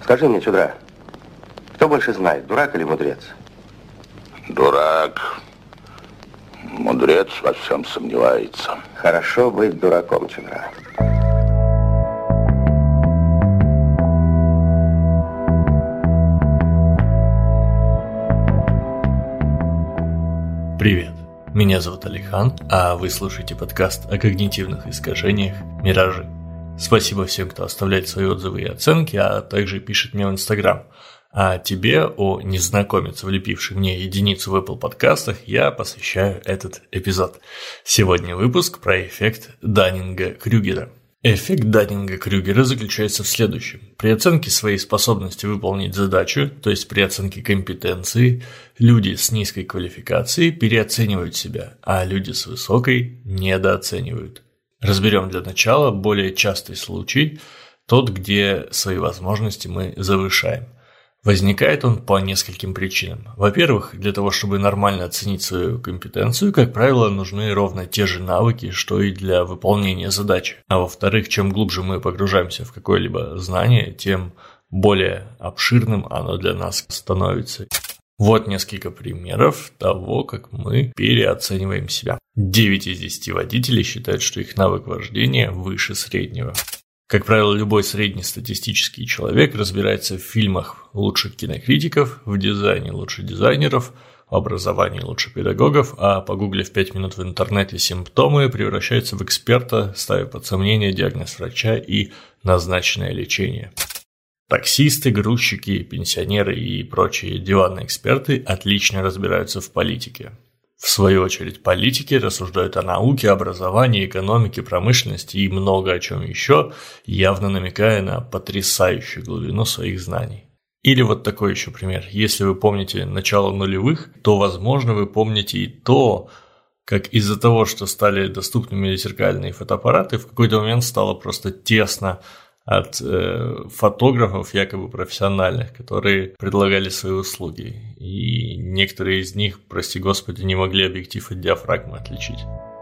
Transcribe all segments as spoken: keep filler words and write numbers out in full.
Скажи мне, чудра, кто больше знает, дурак или мудрец? Дурак. Мудрец во всем сомневается. Хорошо быть дураком, чудра. Привет, меня зовут Алихан, а вы слушаете подкаст о когнитивных искажениях «Миражи». Спасибо всем, кто оставляет свои отзывы и оценки, а также пишет мне в Инстаграм. А тебе, о незнакомец, влепивший мне единицу в Apple подкастах, я посвящаю этот эпизод. Сегодня выпуск про эффект Даннинга-Крюгера. Эффект Даннинга-Крюгера заключается в следующем. При оценке своей способности выполнить задачу, то есть при оценке компетенции, люди с низкой квалификацией переоценивают себя, а люди с высокой недооценивают. Разберем для начала более частый случай, тот, где свои возможности мы завышаем. Возникает он по нескольким причинам. Во-первых, для того, чтобы нормально оценить свою компетенцию, как правило, нужны ровно те же навыки, что и для выполнения задачи. А во-вторых, чем глубже мы погружаемся в какое-либо знание, тем более обширным оно для нас становится. Вот несколько примеров того, как мы переоцениваем себя. девять из десяти водителей считают, что их навык вождения выше среднего. Как правило, любой среднестатистический человек разбирается в фильмах лучше кинокритиков, в дизайне лучше дизайнеров, в образовании лучше педагогов, а погуглив пять минут в интернете симптомы, превращается в эксперта, ставя под сомнение диагноз врача и назначенное лечение. Таксисты, грузчики, пенсионеры и прочие диванные эксперты отлично разбираются в политике. В свою очередь, политики рассуждают о науке, образовании, экономике, промышленности и много о чем еще, явно намекая на потрясающую глубину своих знаний. Или вот такой еще пример. Если вы помните начало нулевых, то, возможно, вы помните и то, как из-за того, что стали доступными зеркальные фотоаппараты, в какой-то момент стало просто тесно от э, фотографов якобы профессиональных, которые предлагали свои услуги. И некоторые из них, прости господи, не могли объектив от диафрагмы отличить.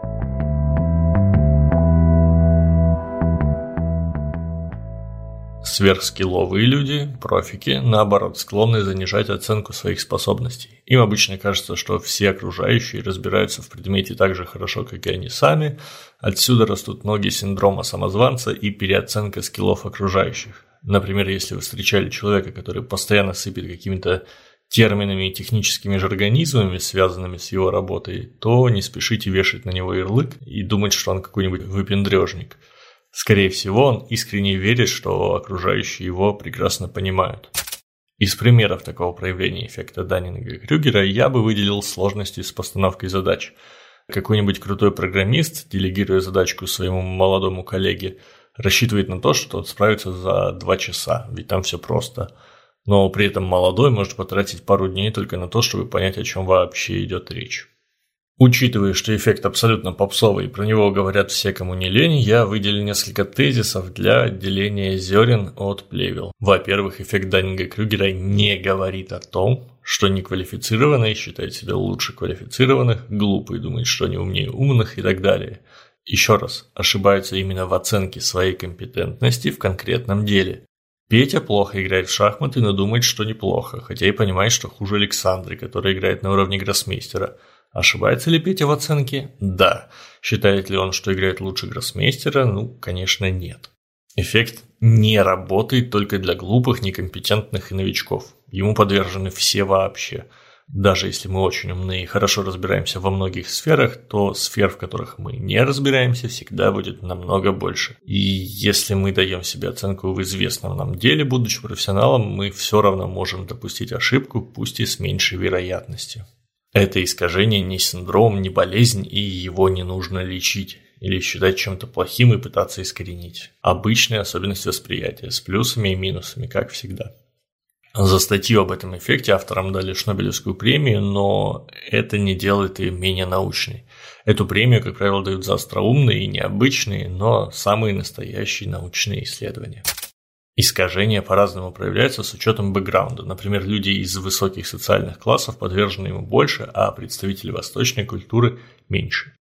Сверхскилловые люди, профики, наоборот, склонны занижать оценку своих способностей. Им обычно кажется, что все окружающие разбираются в предмете так же хорошо, как и они сами. Отсюда растут ноги синдрома самозванца и переоценка скиллов окружающих. Например, если вы встречали человека, который постоянно сыпет какими-то терминами и техническими жаргонизмами, связанными с его работой, то не спешите вешать на него ярлык и думать, что он какой-нибудь выпендрежник. Скорее всего, он искренне верит, что окружающие его прекрасно понимают. Из примеров такого проявления эффекта Даннинга-Крюгера я бы выделил сложности с постановкой задач. Какой-нибудь крутой программист, делегируя задачку своему молодому коллеге, рассчитывает на то, что тот справится за два часа, ведь там все просто. Но при этом молодой может потратить пару дней только на то, чтобы понять, о чем вообще идет речь. Учитывая, что эффект абсолютно попсовый и про него говорят все, кому не лень, я выделил несколько тезисов для отделения зерен от плевел. Во-первых, эффект Даннинга-Крюгера не говорит о том, что неквалифицированные считают себя лучше квалифицированных, глупые думают, что они умнее умных и так далее. Еще раз, ошибаются именно в оценке своей компетентности в конкретном деле. Петя плохо играет в шахматы, но думает, что неплохо, хотя и понимает, что хуже Александры, которая играет на уровне гроссмейстера. Ошибается ли Петя в оценке? Да. Считает ли он, что играет лучше гроссмейстера? Ну, конечно, нет. Эффект не работает только для глупых, некомпетентных и новичков. Ему подвержены все вообще. Даже если мы очень умны и хорошо разбираемся во многих сферах, то сфер, в которых мы не разбираемся, всегда будет намного больше. И если мы даем себе оценку в известном нам деле, будучи профессионалом, мы все равно можем допустить ошибку, пусть и с меньшей вероятностью. Это искажение не синдром, не болезнь, и его не нужно лечить или считать чем-то плохим и пытаться искоренить. Обычная особенность восприятия с плюсами и минусами, как всегда. За статью об этом эффекте авторам дали Шнобелевскую премию, но это не делает ее менее научной. Эту премию, как правило, дают за остроумные и необычные, но самые настоящие научные исследования. Искажения по-разному проявляются с учетом бэкграунда. Например, люди из высоких социальных классов подвержены ему больше, а представители восточной культуры меньше.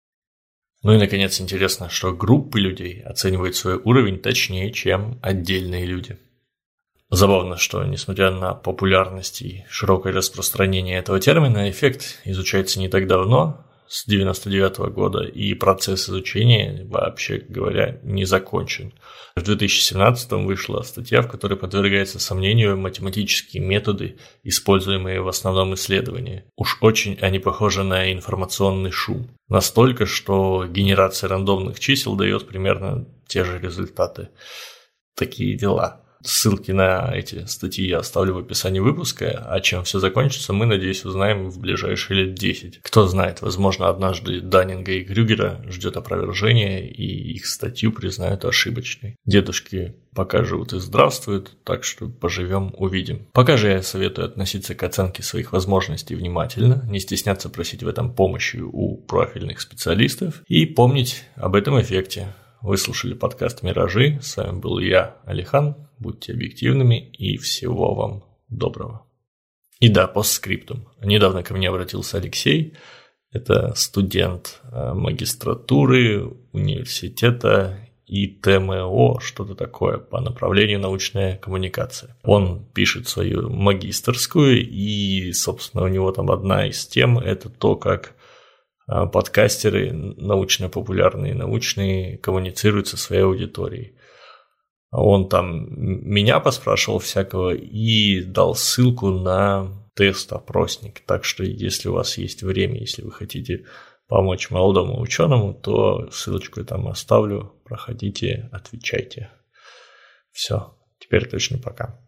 Ну и, наконец, интересно, что группы людей оценивают свой уровень точнее, чем отдельные люди. Забавно, что, несмотря на популярность и широкое распространение этого термина, эффект изучается не так давно, с девяносто девятого года, и процесс изучения, вообще говоря, не закончен. В две тысячи семнадцатом вышла статья, в которой подвергаются сомнению математические методы, используемые в основном исследовании. Уж очень они похожи на информационный шум. Настолько, что генерация рандомных чисел дает примерно те же результаты. Такие дела. Ссылки на эти статьи я оставлю в описании выпуска, а чем все закончится, мы, надеюсь, узнаем в ближайшие лет десять. Кто знает, возможно, однажды Даннинга и Крюгера ждет опровержение, и их статью признают ошибочной. Дедушки пока живут и здравствуют, так что поживем, увидим. Пока же я советую относиться к оценке своих возможностей внимательно, не стесняться просить в этом помощи у профильных специалистов и помнить об этом эффекте. Вы слушали подкаст «Миражи». С вами был я, Алихан. Будьте объективными и всего вам доброго. И да, постскриптум. Недавно ко мне обратился Алексей. Это студент магистратуры университета и ТМО, что-то такое, по направлению научная коммуникация. Он пишет свою магистерскую, и, собственно, у него там одна из тем – это то, как подкастеры научно-популярные, научные, коммуницируют со своей аудиторией. Он там меня поспрашивал всякого и дал ссылку на тест-опросник. Так что, если у вас есть время, если вы хотите помочь молодому ученому, то ссылочку я там оставлю. Проходите, отвечайте. Все, теперь точно пока.